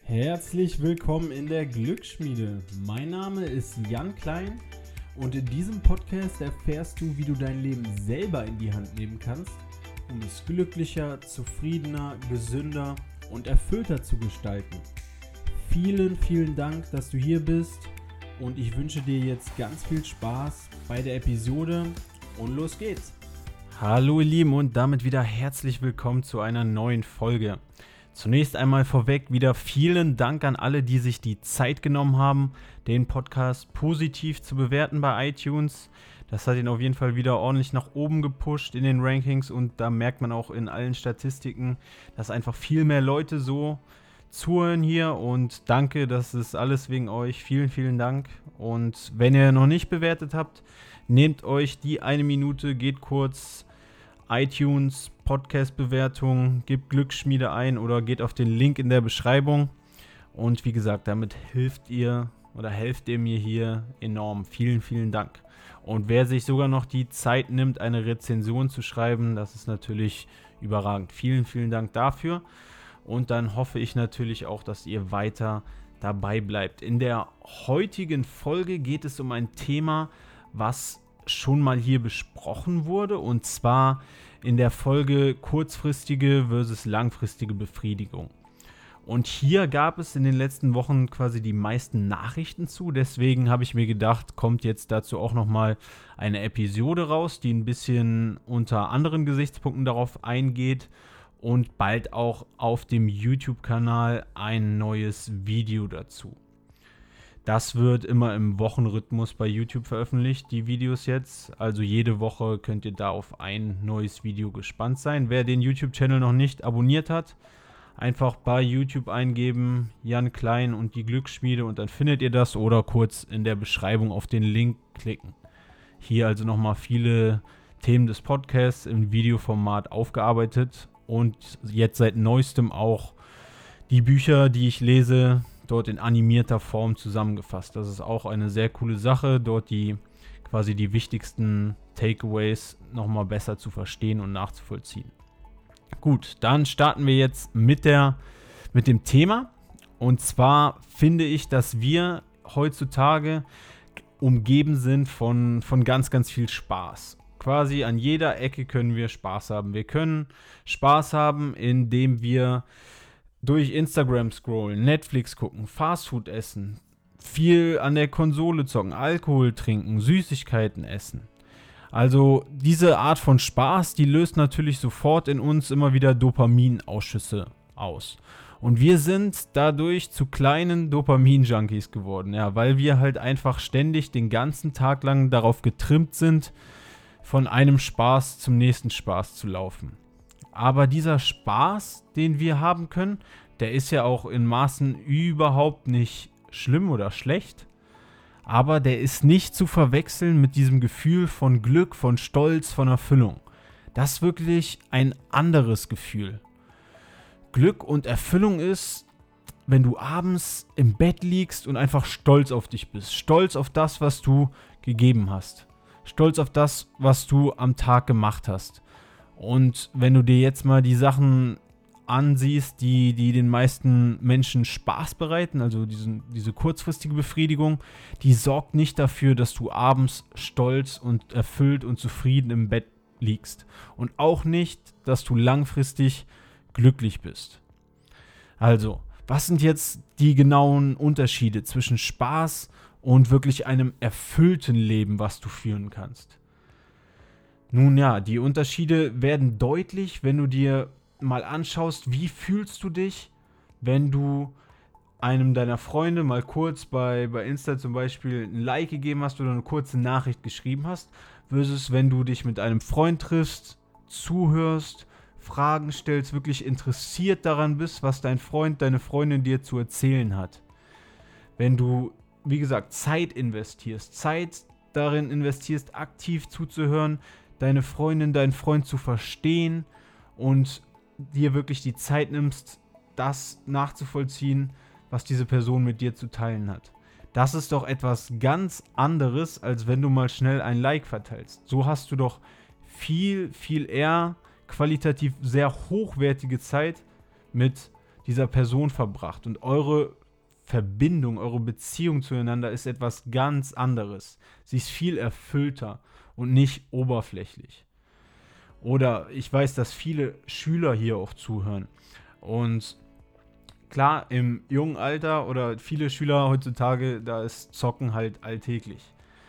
Herzlich willkommen in der Glücksschmiede. Mein Name ist Jan Klein und in diesem Podcast erfährst du, wie du dein Leben selber in die Hand nehmen kannst, um es glücklicher, zufriedener, gesünder und erfüllter zu gestalten. Vielen Dank, dass du hier bist und ich wünsche dir jetzt ganz viel Spaß bei der Episode und los geht's. Hallo ihr Lieben und damit wieder herzlich willkommen zu einer neuen Folge. Zunächst einmal vorweg wieder vielen Dank an alle, die sich die Zeit genommen haben, den Podcast positiv zu bewerten bei iTunes. Das hat ihn auf jeden Fall wieder ordentlich nach oben gepusht in den Rankings und da merkt man auch in allen Statistiken, dass einfach viel mehr Leute so zuhören hier und danke, das ist alles wegen euch. Vielen Dank und wenn ihr noch nicht bewertet habt, nehmt euch die eine Minute, geht kurz iTunes, Podcast-Bewertung, gebt Glücksschmiede ein oder geht auf den Link in der Beschreibung. Und wie gesagt, damit helft ihr mir hier enorm. Vielen Dank. Und wer sich sogar noch die Zeit nimmt, eine Rezension zu schreiben, das ist natürlich überragend. Vielen Dank dafür. Und dann hoffe ich natürlich auch, dass ihr weiter dabei bleibt. In der heutigen Folge geht es um ein Thema, was schon mal hier besprochen wurde, und zwar in der Folge kurzfristige versus langfristige Befriedigung. Und hier gab es in den letzten Wochen quasi die meisten Nachrichten zu, deswegen habe ich mir gedacht, kommt jetzt dazu auch nochmal eine Episode raus, die ein bisschen unter anderen Gesichtspunkten darauf eingeht und bald auch auf dem YouTube-Kanal ein neues Video dazu. Das wird immer im Wochenrhythmus bei YouTube veröffentlicht, die Videos jetzt. Also jede Woche könnt ihr da auf ein neues Video gespannt sein. Wer den YouTube-Channel noch nicht abonniert hat, einfach bei YouTube eingeben, Jan Klein und die Glücksschmiede und dann findet ihr das oder kurz in der Beschreibung auf den Link klicken. Hier also nochmal viele Themen des Podcasts im Videoformat aufgearbeitet und jetzt seit neuestem auch die Bücher, die ich lese, dort in animierter Form zusammengefasst. Das ist auch eine sehr coole Sache, dort die wichtigsten Takeaways nochmal besser zu verstehen und nachzuvollziehen. Gut, dann starten wir jetzt mit dem Thema. Und zwar finde ich, dass wir heutzutage umgeben sind von ganz viel Spaß. Quasi an jeder Ecke können wir Spaß haben. Wir können Spaß haben, indem wir durch Instagram scrollen, Netflix gucken, Fastfood essen, viel an der Konsole zocken, Alkohol trinken, Süßigkeiten essen. Also diese Art von Spaß, die löst natürlich sofort in uns immer wieder Dopaminausschüsse aus. Und wir sind dadurch zu kleinen Dopamin-Junkies geworden, ja, weil wir halt einfach ständig den ganzen Tag lang darauf getrimmt sind, von einem Spaß zum nächsten Spaß zu laufen. Aber dieser Spaß, den wir haben können, der ist ja auch in Maßen überhaupt nicht schlimm oder schlecht. Aber der ist nicht zu verwechseln mit diesem Gefühl von Glück, von Stolz, von Erfüllung. Das ist wirklich ein anderes Gefühl. Glück und Erfüllung ist, wenn du abends im Bett liegst und einfach stolz auf dich bist. Stolz auf das, was du gegeben hast. Stolz auf das, was du am Tag gemacht hast. Und wenn du dir jetzt mal die Sachen ansiehst, die den meisten Menschen Spaß bereiten, also diese kurzfristige Befriedigung, die sorgt nicht dafür, dass du abends stolz und erfüllt und zufrieden im Bett liegst. Und auch nicht, dass du langfristig glücklich bist. Also, was sind jetzt die genauen Unterschiede zwischen Spaß und wirklich einem erfüllten Leben, was du führen kannst? Nun ja, die Unterschiede werden deutlich, wenn du dir mal anschaust, wie fühlst du dich, wenn du einem deiner Freunde mal kurz bei Insta zum Beispiel ein Like gegeben hast oder eine kurze Nachricht geschrieben hast, versus wenn du dich mit einem Freund triffst, zuhörst, Fragen stellst, wirklich interessiert daran bist, was dein Freund, deine Freundin dir zu erzählen hat. Wenn du, wie gesagt, Zeit darin investierst, aktiv zuzuhören, deine Freundin, deinen Freund zu verstehen und dir wirklich die Zeit nimmst, das nachzuvollziehen, was diese Person mit dir zu teilen hat. Das ist doch etwas ganz anderes, als wenn du mal schnell ein Like verteilst. So hast du doch viel eher qualitativ sehr hochwertige Zeit mit dieser Person verbracht und eure Verbindung, eure Beziehung zueinander ist etwas ganz anderes. Sie ist viel erfüllter und nicht oberflächlich. Oder ich weiß, dass viele Schüler hier auch zuhören. Und klar, im jungen Alter oder viele Schüler heutzutage, da ist Zocken halt alltäglich.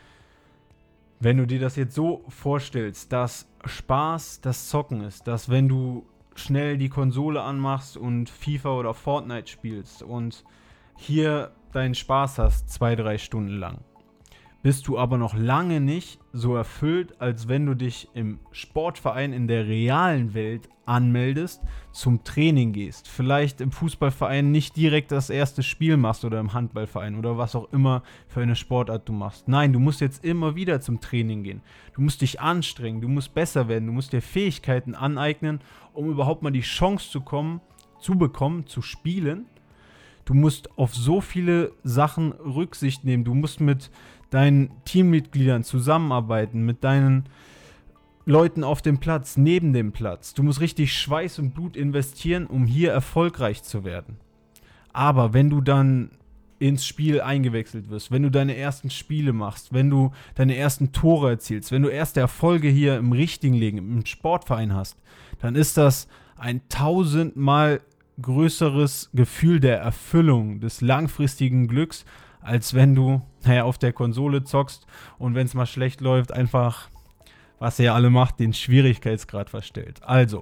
Wenn du dir das jetzt so vorstellst, dass Spaß das Zocken ist, dass wenn du schnell die Konsole anmachst und FIFA oder Fortnite spielst und hier deinen Spaß hast, 2-3 Stunden lang, bist du aber noch lange nicht so erfüllt, als wenn du dich im Sportverein in der realen Welt anmeldest, zum Training gehst, vielleicht im Fußballverein nicht direkt das erste Spiel machst oder im Handballverein oder was auch immer für eine Sportart du machst. Nein, du musst jetzt immer wieder zum Training gehen. Du musst dich anstrengen, du musst besser werden, du musst dir Fähigkeiten aneignen, um überhaupt mal die Chance zu bekommen, zu spielen. Du musst auf so viele Sachen Rücksicht nehmen. Du musst mit deinen Teammitgliedern zusammenarbeiten, mit deinen Leuten auf dem Platz, neben dem Platz. Du musst richtig Schweiß und Blut investieren, um hier erfolgreich zu werden. Aber wenn du dann ins Spiel eingewechselt wirst, wenn du deine ersten Spiele machst, wenn du deine ersten Tore erzielst, wenn du erste Erfolge hier im richtigen Leben, im Sportverein hast, dann ist das ein 1000-mal größeres Gefühl der Erfüllung, des langfristigen Glücks, als wenn du auf der Konsole zockst und wenn es mal schlecht läuft, einfach, was ihr ja alle macht, den Schwierigkeitsgrad verstellt. Also,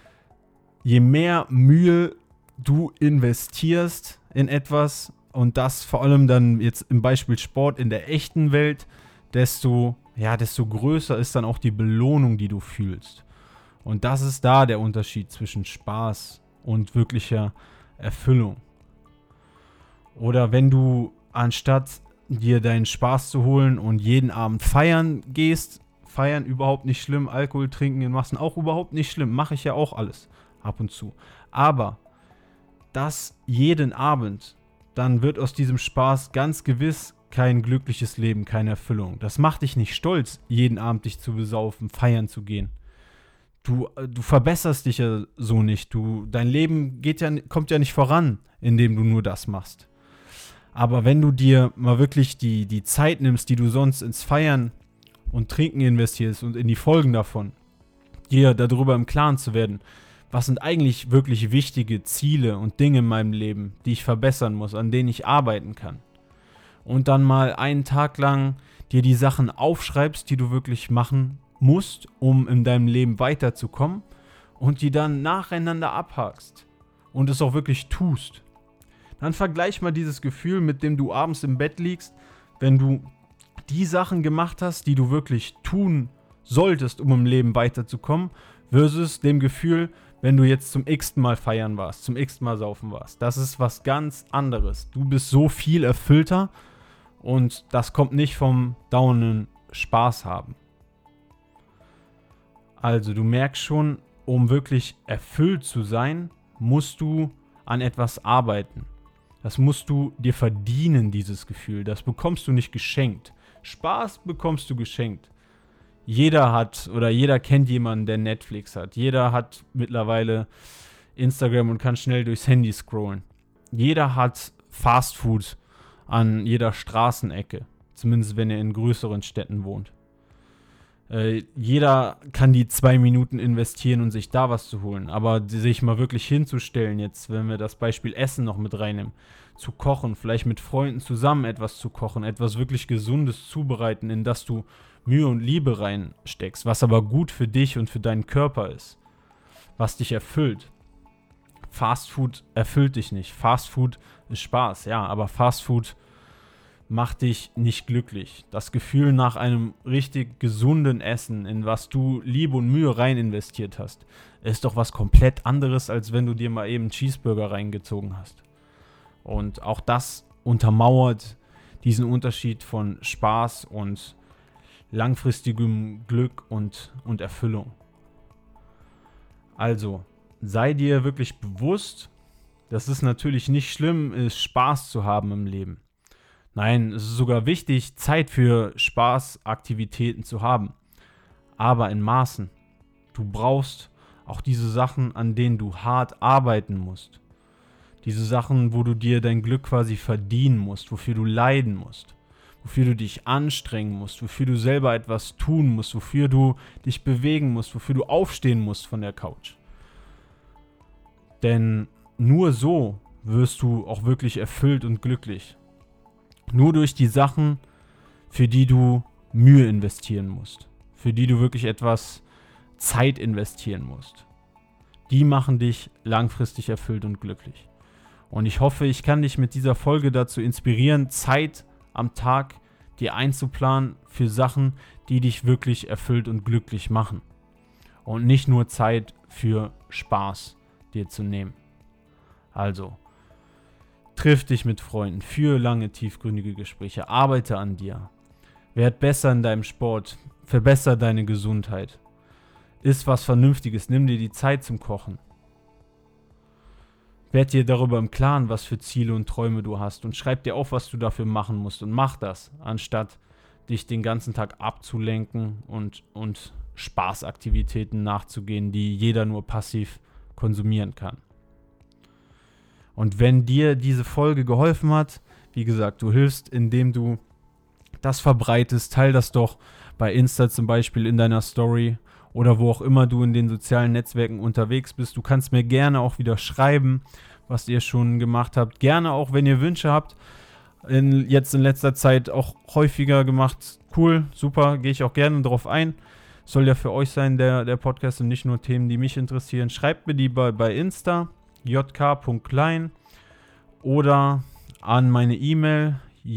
je mehr Mühe du investierst in etwas und das vor allem dann jetzt im Beispiel Sport in der echten Welt, desto größer ist dann auch die Belohnung, die du fühlst. Und das ist da der Unterschied zwischen Spaß und wirklicher Erfüllung. Oder wenn du anstatt dir deinen Spaß zu holen und jeden Abend feiern gehst, feiern überhaupt nicht schlimm, Alkohol trinken in Massen auch überhaupt nicht schlimm, mache ich ja auch alles ab und zu. Aber das jeden Abend, dann wird aus diesem Spaß ganz gewiss kein glückliches Leben, keine Erfüllung. Das macht dich nicht stolz, jeden Abend dich zu besaufen, feiern zu gehen. Du verbesserst dich ja so nicht. Dein Leben kommt ja nicht voran, indem du nur das machst. Aber wenn du dir mal wirklich die Zeit nimmst, die du sonst ins Feiern und Trinken investierst und in die Folgen davon, dir darüber im Klaren zu werden, was sind eigentlich wirklich wichtige Ziele und Dinge in meinem Leben, die ich verbessern muss, an denen ich arbeiten kann. Und dann mal einen Tag lang dir die Sachen aufschreibst, die du wirklich machen musst, um in deinem Leben weiterzukommen und die dann nacheinander abhakst und es auch wirklich tust. Dann vergleich mal dieses Gefühl, mit dem du abends im Bett liegst, wenn du die Sachen gemacht hast, die du wirklich tun solltest, um im Leben weiterzukommen, versus dem Gefühl, wenn du jetzt zum x-ten Mal feiern warst, zum x-ten Mal saufen warst. Das ist was ganz anderes. Du bist so viel erfüllter und das kommt nicht vom dauernden Spaß haben. Also du merkst schon, um wirklich erfüllt zu sein, musst du an etwas arbeiten. Das musst du dir verdienen, dieses Gefühl. Das bekommst du nicht geschenkt. Spaß bekommst du geschenkt. Jeder kennt jemanden, der Netflix hat. Jeder hat mittlerweile Instagram und kann schnell durchs Handy scrollen. Jeder hat Fastfood an jeder Straßenecke. Zumindest wenn er in größeren Städten wohnt. Jeder kann die 2 Minuten investieren und sich da was zu holen. Aber sich mal wirklich hinzustellen, jetzt, wenn wir das Beispiel Essen noch mit reinnehmen, zu kochen, vielleicht mit Freunden zusammen etwas zu kochen, etwas wirklich Gesundes zubereiten, in das du Mühe und Liebe reinsteckst, was aber gut für dich und für deinen Körper ist, was dich erfüllt. Fastfood erfüllt dich nicht. Fastfood ist Spaß, ja, aber Fastfood macht dich nicht glücklich. Das Gefühl nach einem richtig gesunden Essen, in was du Liebe und Mühe rein investiert hast, ist doch was komplett anderes, als wenn du dir mal eben einen Cheeseburger reingezogen hast. Und auch das untermauert diesen Unterschied von Spaß und langfristigem Glück und Erfüllung. Also, sei dir wirklich bewusst, dass es natürlich nicht schlimm ist, Spaß zu haben im Leben. Nein, es ist sogar wichtig, Zeit für Spaßaktivitäten zu haben. Aber in Maßen. Du brauchst auch diese Sachen, an denen du hart arbeiten musst. Diese Sachen, wo du dir dein Glück quasi verdienen musst, wofür du leiden musst, wofür du dich anstrengen musst, wofür du selber etwas tun musst, wofür du dich bewegen musst, wofür du aufstehen musst von der Couch. Denn nur so wirst du auch wirklich erfüllt und glücklich. Nur durch die Sachen, für die du Mühe investieren musst, für die du wirklich etwas Zeit investieren musst. Die machen dich langfristig erfüllt und glücklich. Und ich hoffe, ich kann dich mit dieser Folge dazu inspirieren, Zeit am Tag dir einzuplanen für Sachen, die dich wirklich erfüllt und glücklich machen. Und nicht nur Zeit für Spaß dir zu nehmen. Also, triff dich mit Freunden, führe lange, tiefgründige Gespräche, arbeite an dir. Werd besser in deinem Sport, verbessere deine Gesundheit. Iss was Vernünftiges, nimm dir die Zeit zum Kochen. Werd dir darüber im Klaren, was für Ziele und Träume du hast und schreib dir auf, was du dafür machen musst und mach das, anstatt dich den ganzen Tag abzulenken und Spaßaktivitäten nachzugehen, die jeder nur passiv konsumieren kann. Und wenn dir diese Folge geholfen hat, wie gesagt, du hilfst, indem du das verbreitest, teil das doch bei Insta zum Beispiel in deiner Story oder wo auch immer du in den sozialen Netzwerken unterwegs bist. Du kannst mir gerne auch wieder schreiben, was ihr schon gemacht habt. Gerne auch, wenn ihr Wünsche habt. Jetzt in letzter Zeit auch häufiger gemacht. Cool, super, gehe ich auch gerne drauf ein. Soll ja für euch sein, der Podcast, und nicht nur Themen, die mich interessieren. Schreibt mir die bei Insta, jk.klein, oder an meine E-Mail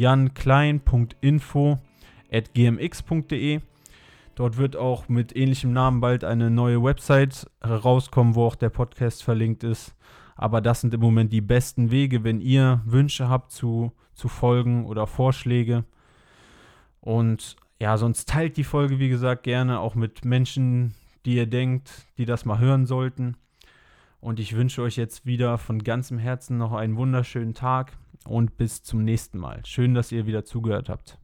janklein.info@gmx.de. Dort wird auch mit ähnlichem Namen bald eine neue Website herauskommen, wo auch der Podcast verlinkt ist. Aber das sind im Moment die besten Wege, wenn ihr Wünsche habt zu Folgen oder Vorschläge. Und ja, sonst teilt die Folge, wie gesagt, gerne auch mit Menschen, die ihr denkt, die das mal hören sollten. Und ich wünsche euch jetzt wieder von ganzem Herzen noch einen wunderschönen Tag und bis zum nächsten Mal. Schön, dass ihr wieder zugehört habt.